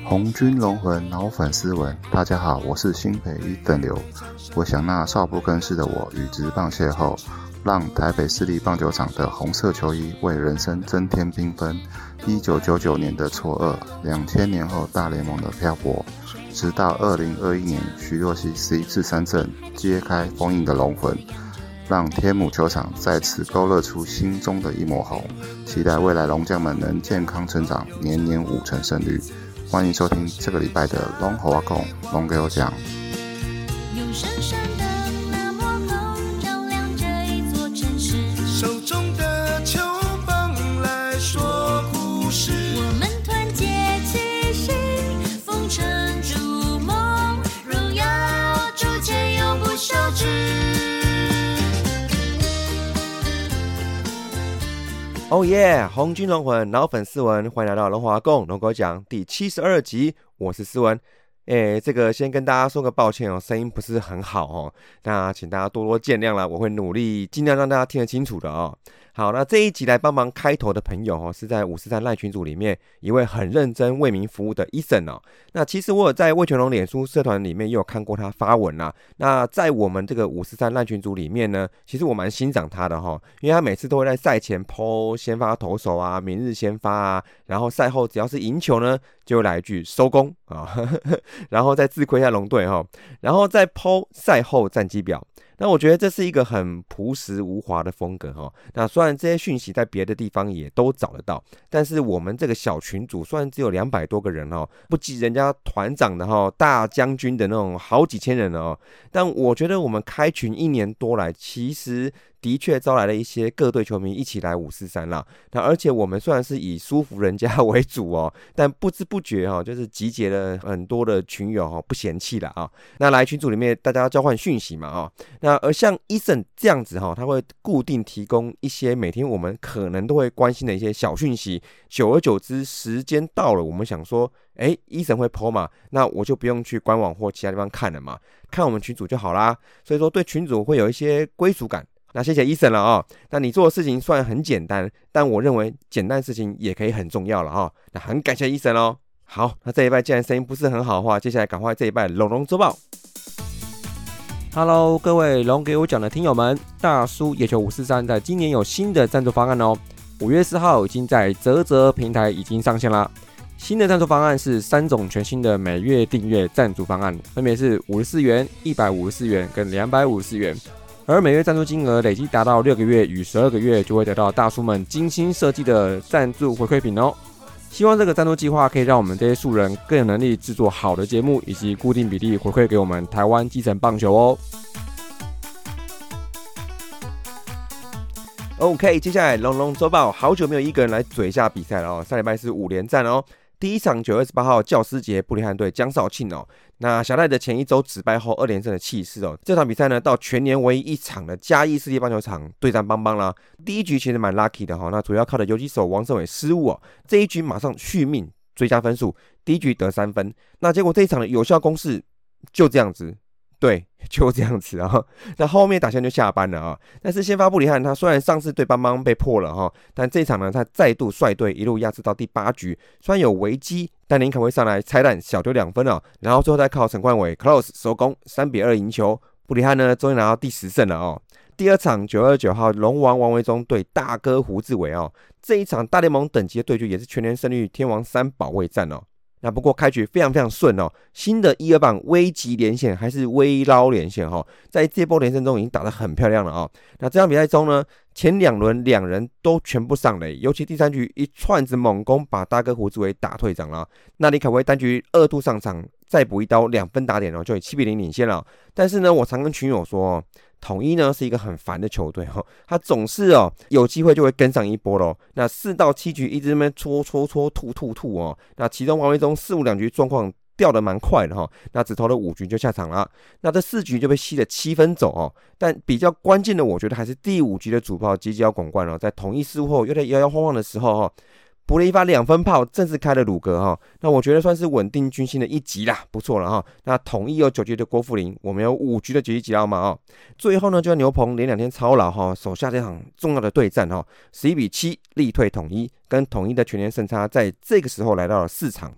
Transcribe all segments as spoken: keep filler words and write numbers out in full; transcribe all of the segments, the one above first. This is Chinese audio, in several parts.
红军龙魂老粉丝文，大家好，我是新北一等流。我想那少不更事的我与职棒邂逅，让台北市立棒球场的红色球衣为人生增添缤纷。一九九九年的错愕，两千年后大联盟的漂泊，直到二零二一年徐若曦十一次三振揭开封印的龙魂，让天母球场再次勾勒出心中的一抹红。期待未来龙将们能健康成长，年年五成胜率。欢迎收听这个礼拜的龙猴阿公龙给我讲。 用闪闪的那抹红照亮这一座城市，手中的球棒来说故事。我们团结齐心，风尘筑梦，荣耀筑前永不休止。 哦耶！红军龙魂老粉丝文，欢迎来到龙华共龙狗讲第七十二集，我是思文。诶，这个先跟大家说个抱歉哦，声音不是很好哦，那请大家多多见谅啦，我会努力尽量让大家听得清楚的哦。好，那这一集来帮忙开头的朋友哦，是在五四三赖群组里面一位很认真为民服务的 Eason 哦。那其实我有在魏全龙脸书社团里面也有看过他发文啦。那在我们这个五四三赖群组里面呢，其实我蛮欣赏他的哈、哦，因为他每次都会在赛前 po 先发投手啊，明日先发啊，然后赛后只要是赢球呢，就来一句收工啊，然后再自亏一下龙队哈，然后再 po 赛后战绩表。那我觉得这是一个很朴实无华的风格哈。那虽然这些讯息在别的地方也都找得到，但是我们这个小群组虽然只有两百多个人哦，不及人家团长的哈大将军的那种好几千人哦，但我觉得我们开群一年多来，其实的确招来了一些各队球迷一起来五四三啦。那而且我们虽然是以舒服人家为主哦，但不知不觉哈、哦，就是集结了很多的群友哈、哦，不嫌弃啦啊。那来群组里面大家要交换讯息嘛啊。那而像 Eason 这样子哈、哦，他会固定提供一些每天我们可能都会关心的一些小讯息。久而久之，时间到了，我们想说，哎 ，Eason 会 po 嘛，那我就不用去官网或其他地方看了嘛，看我们群组就好啦。所以说对群组会有一些归属感。那谢谢 Eason 了啊、哦。那你做的事情虽然很简单，但我认为简单的事情也可以很重要了哈、哦。那很感谢 Eason 哦。好，那这一拜既然声音不是很好的话，接下来赶快这一拜龙龙周报。Hello， 各位龙给我讲的听友们，大叔野球五四三在今年有新的赞助方案哦。五月四号已经在嘖嘖平台已经上线啦。新的赞助方案是三种全新的每月订阅赞助方案，分别是五十四元、一百五十四元跟两百五十四元。而每月赞助金额累计达到六个月与十二个月，就会得到大叔们精心设计的赞助回馈品哦。希望这个赞助计划可以让我们这些素人更有能力制作好的节目，以及固定比例回馈给我们台湾基层棒球哦。OK， 接下来龙龙周报，好久没有一个人来嘴一下比赛了哦。上礼拜是五连战哦。第一场九月二十八号教师节布里汉队江少庆哦，那小戴的前一周止败后二连胜的气势哦，这场比赛呢到全年唯一一场的嘉义市立棒球场对战邦邦啦。第一局其实蛮 lucky 的哈、哦，那主要靠的游击手王胜伟失误哦，这一局马上续命追加分数，第一局得三分，那结果这一场的有效攻势就这样子。对，就这样子啊。那后面打线就下班了啊。但是先发布里汉他虽然上次对邦邦被破了哈，但这一场呢他再度率队一路压制到第八局，虽然有危机，但林肯威上来拆弹小丢两分哦，然后最后再靠陈冠伟 close 收工三比二赢球，布里汉呢终于拿到第十胜了哦。第二场九月二十九号龙王王维忠对大哥胡志伟哦，这一场大联盟等级的对决也是全年胜率天王三保卫战哦。那不过开局非常非常顺哦，新的一二棒危急连线还是危捞连线哈、哦，在这波连胜中已经打得很漂亮了啊、哦。那这场比赛中呢，前两轮两人都全部上垒，尤其第三局一串子猛攻把大哥胡志伟打退场了。那李凯威单局二度上场，再补一刀两分打点哦，就以七比零领先了。但是呢，我常跟群友说哦。统一呢是一个很烦的球队哈，他总是哦有机会就会跟上一波咯。那四到七局一直在那边戳戳戳吐吐吐哦，那其中王维忠四五两局状况掉得蛮快的哈，那只投了五局就下场了。那这四局就被吸了七分走哦。但比较关键的，我觉得还是第五局的主炮吉吉奥拱冠哦，在统一失误后又在摇摇晃晃的时候哈。补了一发两分炮，正式开了鲁格哈。那我觉得算是稳定军心的一击啦，不错了哈。那统一有九局的郭富林，我们有五局的吉吉奥嘛哦。最后呢，就牛棚连两天操劳哈，手下这场重要的对战哈，十一比七力退统一，跟统一的全年胜差在这个时候来到了四场。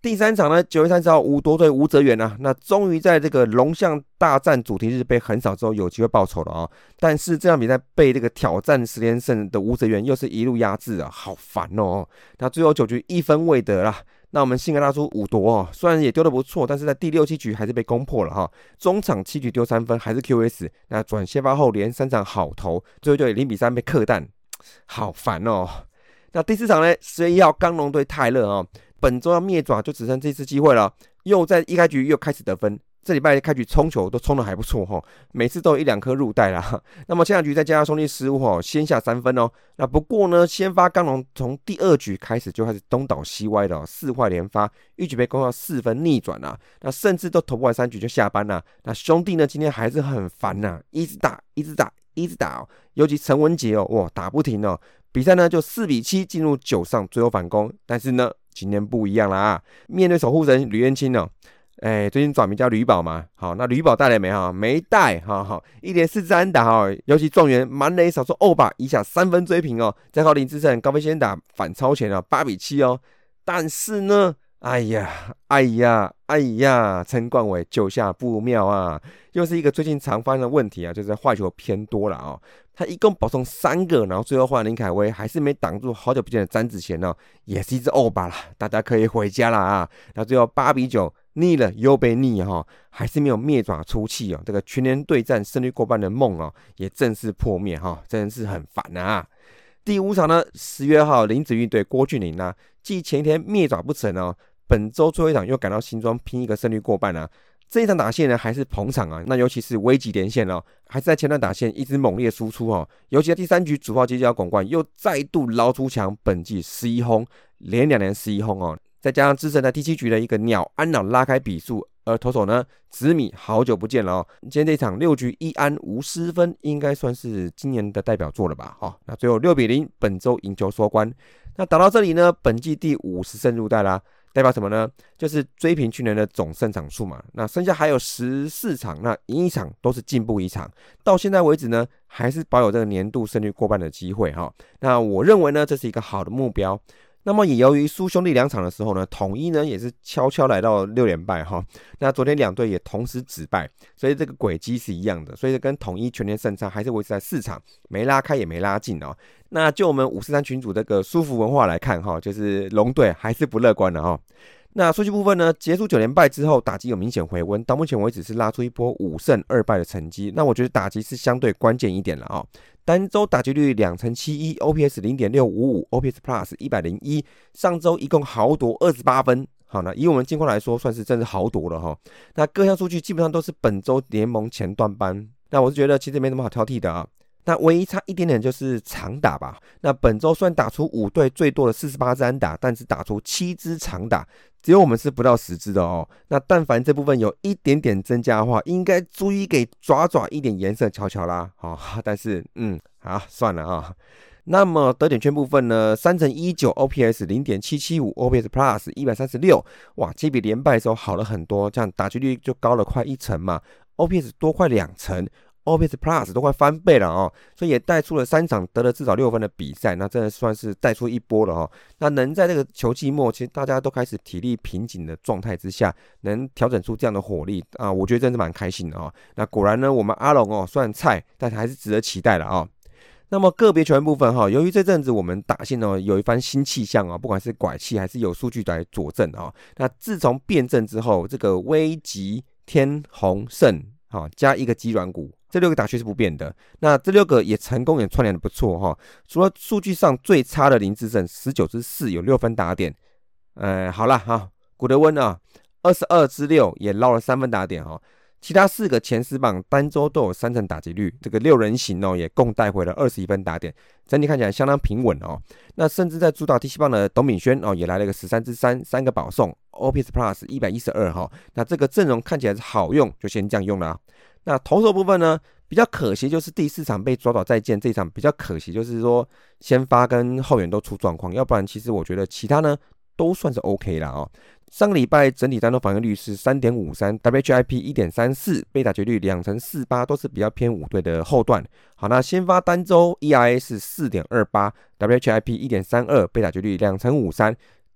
第三场呢，九月三十号吴夺对吴泽源啊，那终于在这个龙象大战主题日被横扫之后，有机会报仇了啊、哦。但是这场比赛被这个挑战十连胜的吴泽源又是一路压制啊，好烦哦。那最后九局一分未得啦。那我们新格拉出五夺哦，虽然也丢得不错，但是在第六七局还是被攻破了哈、哦。中场七局丢三分，还是 Q S。那转先发后连三场好投，最后就以零比三被克弹，好烦哦。那第四场呢，十月一号刚龙对泰勒哦。本周要灭爪就只剩这次机会了，又在一开局又开始得分。这礼拜开局冲球都冲得还不错哈，每次都有一两颗入袋啦。那么下局再加上兄弟失误哈，先下三分哦。那不过呢，先发刚龙从第二局开始就开始东倒西歪的、哦，四坏连发，一局被攻到四分逆转啦、啊。那甚至都投不完三局就下班啦。那兄弟呢今天还是很烦呐、啊，一直打一直打一直打、哦，尤其陈文杰哦，哇打不停哦。比赛呢就四比七进入九上，最后反攻，但是呢。今天不一样啦啊！面对守护神吕彦青哦，哎，最近转名叫吕宝嘛，好，那吕宝带了没哈？没带，哈好，一连四支安打哈，尤其状元满垒少说欧巴以下三分追平哦，再靠林志胜高飞先打反超前哦，八比七哦，但是呢，哎呀，哎呀，哎呀，陈冠伟救下不妙啊，又是一个最近常发生的问题啊，就是坏球偏多了哦。他一共保送三个，然后最后换林凯威，还是没挡住好久不见的詹子贤哦，也是一只欧巴啦，大家可以回家啦啊！那最后八比九逆了又被逆哈、哦，还是没有灭爪出气哦，这个全年对战胜率过半的梦哦，也正式破灭哈、哦，真的是很烦啊！第五场呢，十月二号林子玉对郭俊麟啊，继前一天灭爪不成哦，本周最后一场又赶到新庄拼一个胜率过半啊。这一场打线呢还是捧场啊，那尤其是危急连线哦，还是在前段打线一直猛烈输出哦，尤其在第三局主炮接交广冠又再度捞出墙，本季十一轰，连两连十一轰哦，再加上智胜在第七局的一个鸟安脑拉开比数，而投手呢紫米好久不见了哦，今天这场六局一安无失分，应该算是今年的代表作了吧？哦，那最后六比零，本周赢球收官。那打到这里呢，本季第五十胜入袋啦。代表什么呢？就是追平去年的总胜场数嘛。那剩下还有十四场，那赢一场都是进步一场。到现在为止呢，还是保有这个年度胜率过半的机会哈。那我认为呢，这是一个好的目标。那么也由于输兄弟两场的时候呢，统一呢也是悄悄来到六连败哈。那昨天两队也同时止败，所以这个轨迹是一样的。所以跟统一全年胜差还是维持在四场，没拉开也没拉近哦。那就我们五四三群组这个舒服文化来看哈，就是龙队还是不乐观的哈。那数据部分呢，结束九连败之后，打击有明显回温，到目前为止是拉出一波五胜二败的成绩。那我觉得打击是相对关键一点了哦。单周打击率两成七一 ，O P S 零点六五五 ，O P S Plus 一百零一，上周一共豪夺二十八分。好，那以我们近况来说，算是真是豪夺了哈。那各项数据基本上都是本周联盟前段班。那我是觉得其实没什么好挑剔的啊。那唯一差一点点就是长打吧。那本周虽然打出五队最多的四十八支安打，但是打出七支长打，只有我们是不到十支的哦。那但凡这部分有一点点增加的话，应该足以给爪爪一点颜色瞧瞧啦。哦，但是嗯，好算了啊。那么得点圈部分呢，三乘一九 O P S 零点七七五 O P S Plus 一百三十六，哇，这比连败的时候好了很多，这样打击率就高了快一成嘛 ，O P S 多快两成。O P S Plus 都快翻倍了哦，所以也带出了三场得了至少六分的比赛，那真的算是带出一波了哦。那能在这个球季末，其实大家都开始体力瓶颈的状态之下，能调整出这样的火力啊，我觉得真是蛮开心的哦。那果然呢，我们阿龙哦，虽然菜，但还是值得期待了哦。那么个别球员部分哈，由于这阵子我们打线哦有一番新气象哦，不管是拐气还是有数据来佐证哦。那自从变阵之后，这个威吉、天鸿胜好加一个鸡软骨。这六个打区是不变的，那这六个也成功也串联的不错哈。除了数据上最差的林志胜十九支四有六分打点，呃，好啦哈，古德温啊二十二支六也捞了三分打点哈。其他四个前十榜单周都有三成打击率，这个六人行哦也共带回了二十一分打点，整体看起来相当平稳哦。那甚至在主导第七棒的董敏轩哦也来了个十三支三，三个保送 ，O P S Plus 一百一十二哈。那这个阵容看起来是好用，就先这样用了、啊。那投手部分呢，比较可惜就是第四场被爪爪再见，这一场比较可惜就是说先发跟后援都出状况，要不然其实我觉得其他呢都算是 OK 啦哦。上个礼拜整体单周防御率是 三点五三 ，W H I P 一点三四， 被打击率两成四八，都是比较偏五队的后段。好，那先发单周 E R A 是 四点二八， W H I P 一点三二， 被打击率两成五三。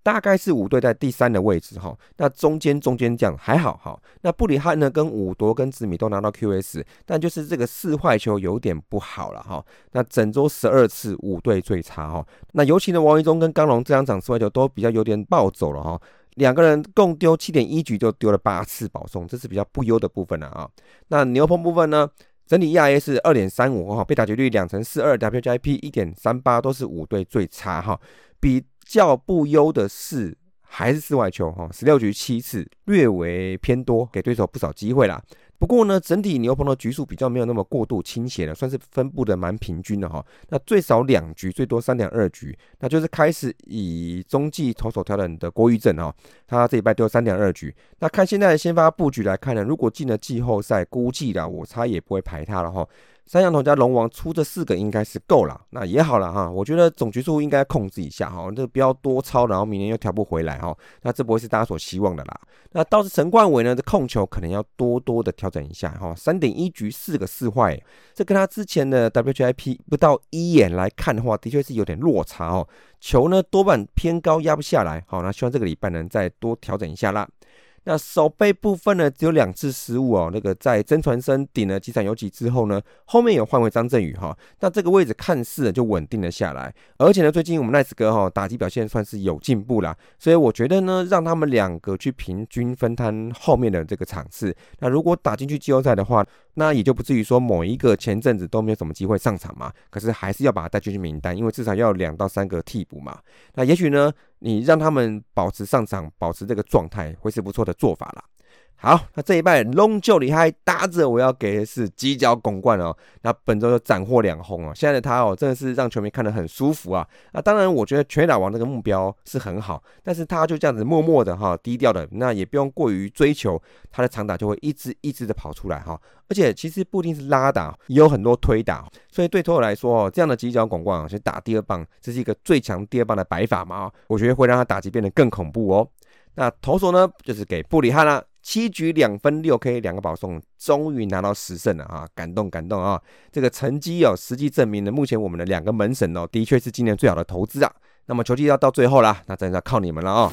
大概是五队在第三的位置哈，那中间中间这样还好哈。那布里汉呢跟武夺跟紫米都拿到 Q S， 但就是这个四坏球有点不好了哈。那整周十二次五队最差哈。那尤其呢王一中跟刚龙这两场四坏球都比较有点暴走了哈。两个人共丢 七点一 局就丢了八次保送，这是比较不优的部分了啊。那牛棚部分呢？整体 E R A 是 二点三五 哈，被打击率两成四二 ，W H I P 一点三八 都是五队最差哈。比较不优的是还是四坏球哈，十六局七次，略为偏多，给对手不少机会啦。不过呢，整体牛棚的局数比较没有那么过度倾斜了，算是分布的蛮平均的哈。那最少两局，最多 三点二 局，那就是开始以中继投手调整的郭玉正哈，他这礼拜丢 三点二 局。那看现在的先发布局来看呢，如果进了季后赛，估计啦，我猜也不会排他了哈。三洋头加龙王出这四个应该是够了，那也好了哈。我觉得总局数应该控制一下哈，这不要多超，然后明年又调不回来哈。那这不会是大家所希望的啦。那倒是陈冠伟呢，这控球可能要多多的调整一下哈。三点一 局四个四坏，这跟他之前的 W H I P 不到一眼来看的话，的确是有点落差哦。球呢多半偏高压不下来，好，那希望这个礼拜能再多调整一下啦。那守备部分呢，只有两次失误哦。那个在曾传生顶了几场游击之后呢，后面有换回张振宇哈，那这个位置看似就稳定了下来。而且呢，最近我们奈斯哥哈打击表现算是有进步啦，所以我觉得呢，让他们两个去平均分摊后面的这个场次。那如果打进去季后赛的话，那也就不至于说某一个前阵子都没有什么机会上场嘛。可是还是要把他带进去名单，因为至少要有两到三个替补嘛。那也许呢，你让他们保持上场，保持这个状态，会是不错的做法啦。好，那这一拜龙就厉害，打者我要给的是犄角拱冠哦。那本周就斩获两轰哦，现在的他哦，真的是让球迷看得很舒服啊。那当然，我觉得全垒打王这个目标是很好，但是他就这样子默默的哈，低调的，那也不用过于追求，他的长打就会一直一直的跑出来哈。而且其实不一定是拉打，也有很多推打，所以对投手来说哦，这样的犄角拱冠啊，去打第二棒，这是一个最强第二棒的摆法嘛，我觉得会让他打击变得更恐怖哦。那投手呢，就是给布里汉啦、啊。七局两分六 K 两个保送，终于拿到十胜了啊！感动感动啊！这个成绩哦，实际证明了目前我们的两个门神哦，的确是今年最好的投资啊。那么球季要到最后啦，那真的要靠你们了啊、哦！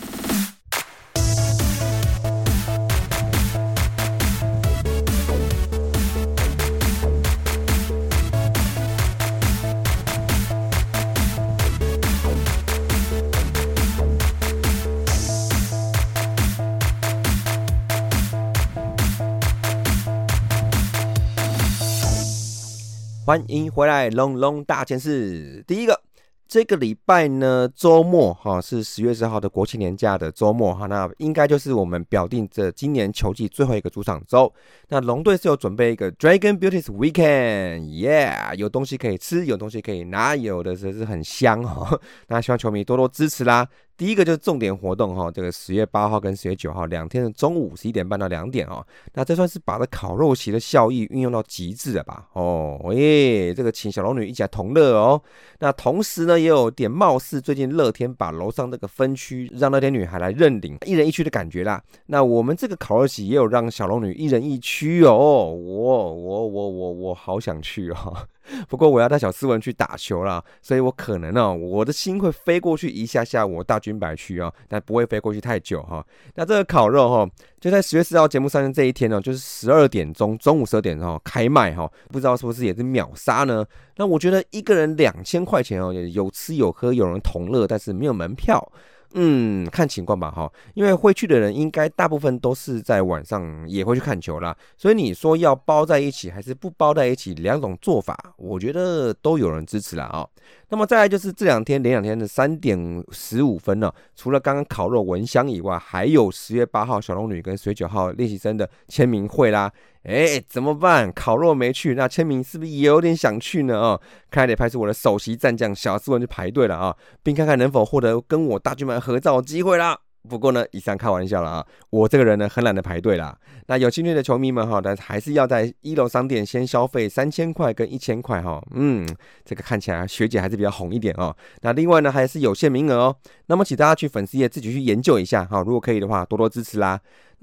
欢迎回来，龙龙大件事。第一个，这个礼拜呢，周末哈是十月十号的国庆年假的周末哈，那应该就是我们表定这今年球季最后一个主场周。那龙队是有准备一个 Dragon Beauties Weekend，yeah， 有东西可以吃，有东西可以拿，有的是是很香哈。那希望球迷多多支持啦。第一个就是重点活动哈，这个十月八号跟十月九号两天的中午十一点半到两点哦，那这算是把这烤肉席的效益运用到极致了吧？哦，耶，这个请小龙女一起来同乐哦。那同时呢，也有点貌似最近乐天把楼上这个分区让乐天女孩来认领一人一区的感觉啦。那我们这个烤肉席也有让小龙女一人一区哦，我我我我我好想去哦。不过我要带小斯文去打球啦，所以我可能哦，我的心会飞过去一下下我大军白区哦，但不会飞过去太久哈、哦。那这个烤肉哈、哦，就在十月四号节目上线这一天哦，就是十二点钟，中午十二点钟、哦、开卖哈、哦，不知道是不是也是秒杀呢？那我觉得一个人两千块钱哦，有吃有喝，有人同乐，但是没有门票。嗯，看情况吧哈，因为会去的人应该大部分都是在晚上也会去看球啦，所以你说要包在一起还是不包在一起，两种做法，我觉得都有人支持啦啊。那么再来就是这两天连两天的三点十五分呢、哦，除了刚刚烤肉蚊香以外，还有十月八号小龙女跟十月九号练习生的签名会啦。哎，怎么办？烤肉没去，那签名是不是也有点想去呢？哦，看来得派出我的首席战将小斯文去排队了啊，并看看能否获得跟我大军们合照的机会啦。不过呢，以上开玩笑了啊，我这个人呢很懒得排队啦。那有兴趣的球迷们哈，但还是要在一楼商店先消费三千块跟一千块哈。嗯，这个看起来学姐还是比较红一点哦。那另外呢还是有限名额哦。那么请大家去粉丝页自己去研究一下哈，如果可以的话多多支持啦。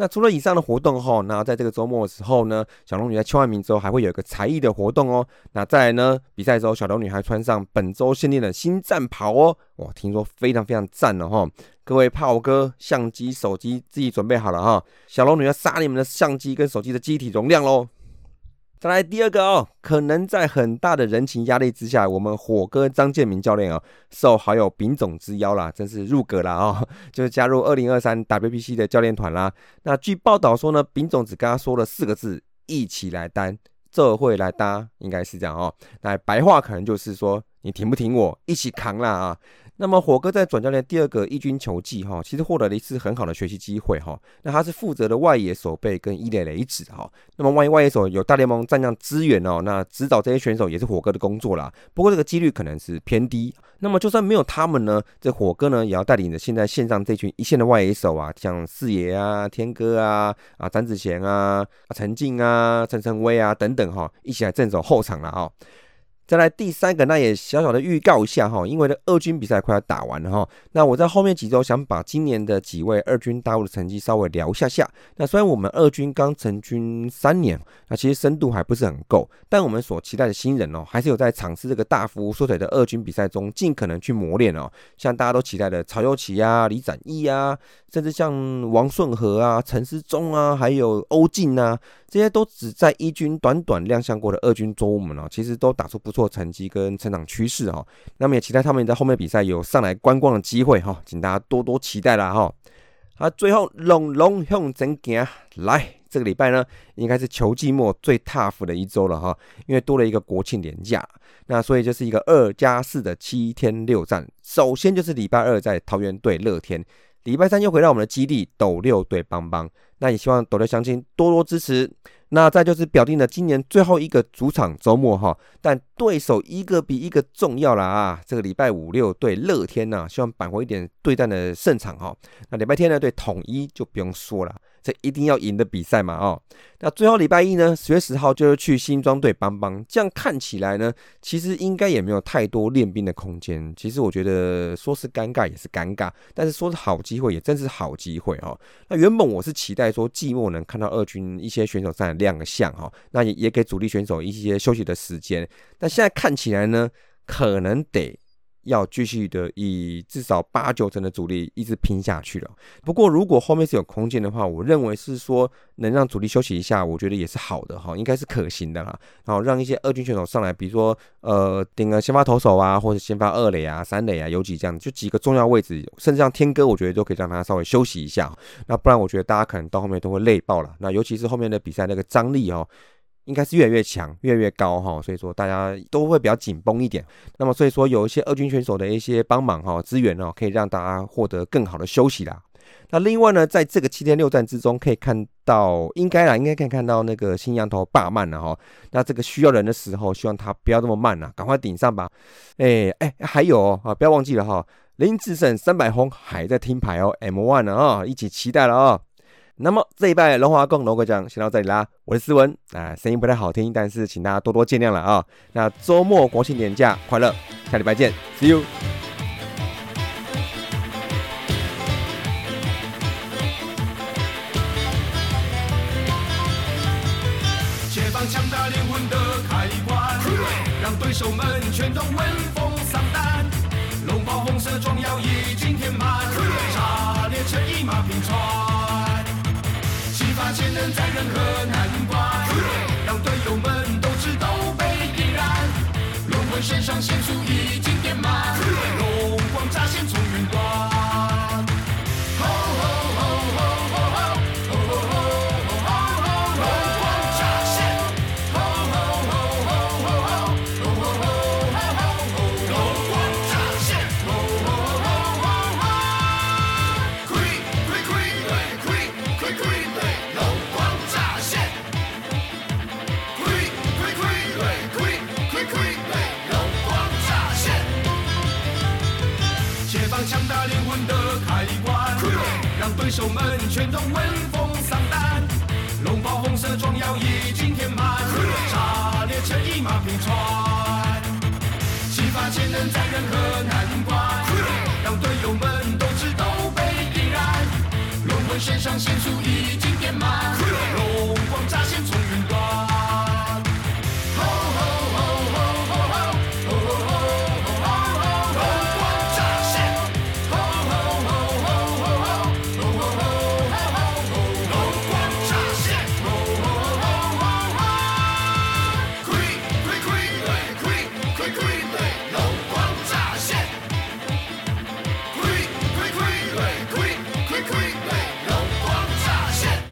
那除了以上的活动后，那在这个周末的时候呢，小龙女在签完名之后还会有一个才艺的活动哦。那再来呢，比赛之后小龙女还穿上本周限定的新战袍哦，哇，听说非常非常赞哦哈！各位炮哥，相机、手机自己准备好了哈，小龙女要杀你们的相机跟手机的机体容量喽。再来第二个哦，可能在很大的人情压力之下，我们火哥张建民教练哦，受好友丙总之邀啦，真是入阁啦哦，就是加入二零二三 W B C 的教练团啦。那据报道说呢，丙总只跟他说了四个字：一起来担，这会来搭，应该是这样哦。那白话可能就是说，你挺不挺我，一起扛啦啊！那么火哥在转教练第二个一军球季哈，其实获得了一次很好的学习机会哈。那他是负责的外野守备跟一垒垒指哈。那么万一外野手有大联盟战将支援哦，那指导这些选手也是火哥的工作啦。不过这个几率可能是偏低。那么就算没有他们呢，这火哥呢也要带领着现在线上这群一线的外野手啊，像四爷啊、天哥啊、啊詹子贤啊、陈静啊、陈晨威啊等等哈，一起来镇守后场了哈。再来第三个，那也小小的预告一下哈，因为的二军比赛快要打完了哈，那我在后面几周想把今年的几位二军大物的成绩稍微聊一下下。那虽然我们二军刚成军三年，那其实深度还不是很够，但我们所期待的新人哦，还是有在尝试这个大幅缩腿的二军比赛中尽可能去磨练哦。像大家都期待的曹佑齐啊、李展毅啊，甚至像王顺和啊、陈思忠啊，还有欧进啊，这些都只在一军短短亮相过的二军周们哦，其实都打出不错成绩跟成长趋势哈，那么也期待他们在后面比赛有上来观光的机会哈，请大家多多期待啦哈。啊，最后龙龙向前行，来这个礼拜呢，应该是球季末最 tough 的一周了哈，因为多了一个国庆连假，那所以就是一个二加四的七天六战。首先就是礼拜二在桃园对乐天，礼拜三又回到我们的基地斗六对邦邦，那也希望斗六乡亲多多支持。那再就是表定了今年最后一个主场周末哈，但对手一个比一个重要啦啊！这个礼拜五六对乐天呐、啊，希望扳回一点对战的胜场哈。那礼拜天呢对统一就不用说了，这一定要赢的比赛嘛哦。那最后礼拜一呢，十月十号就是去新庄对邦邦，这样看起来呢，其实应该也没有太多练兵的空间。其实我觉得说是尴尬也是尴尬，但是说是好机会也真是好机会哦。那原本我是期待说季末能看到二军一些选手上来亮个相哈，那也也给主力选手一些休息的时间。但现在看起来呢，可能得要继续的以至少八九成的主力一直拼下去了。不过如果后面是有空间的话，我认为是说能让主力休息一下，我觉得也是好的哈，应该是可行的啦。然后让一些二军选手上来，比如说呃顶个先发投手啊，或者先发二垒啊、三垒啊、游击这样，就几个重要位置，甚至像天哥，我觉得都可以让他稍微休息一下。那不然我觉得大家可能到后面都会累爆了。那尤其是后面的比赛那个张力哦。应该是越来越强，越来越高哈，所以说大家都会比较紧绷一点。那么所以说有一些二军选手的一些帮忙哈、支援哦，可以让大家获得更好的休息啦。那另外呢，在这个七天六战之中，可以看到，应该啦，应该可以看到那个新洋头霸慢了哈。那这个需要人的时候，希望他不要这么慢啦，赶快顶上吧。哎哎，还有哦啊，不要忘记了哈，林志胜三百轰还在听牌哦 ，M 一 呢啊，一起期待了啊。那么这一拜龙华共龙哥奖先到这里啦，我是思文啊，声音不太好听，但是请大家多多见谅了啊。那周末国庆年假快乐，下礼拜见 ，See you。 解放强大灵魂的开关，让对手们全都闻风丧胆。龙袍红色装药已经填满，炸裂成一马平川。激发潜能在任何难关，让队友们斗志都被点燃。轮回肾上腺素已经点满，龙光乍现从云端。吼吼吼吼吼吼吼吼吼吼吼，龙光乍现。吼吼吼吼吼吼吼吼吼吼，龙光乍现。吼吼吼吼吼，开开开对，开开开对。强大灵魂的开关，让对手们全都闻风丧胆。龙袍红色装药已经填满，炸裂成一马平川。激发潜能在任何难关，让队友们斗志都被点燃。轮回肾上腺素已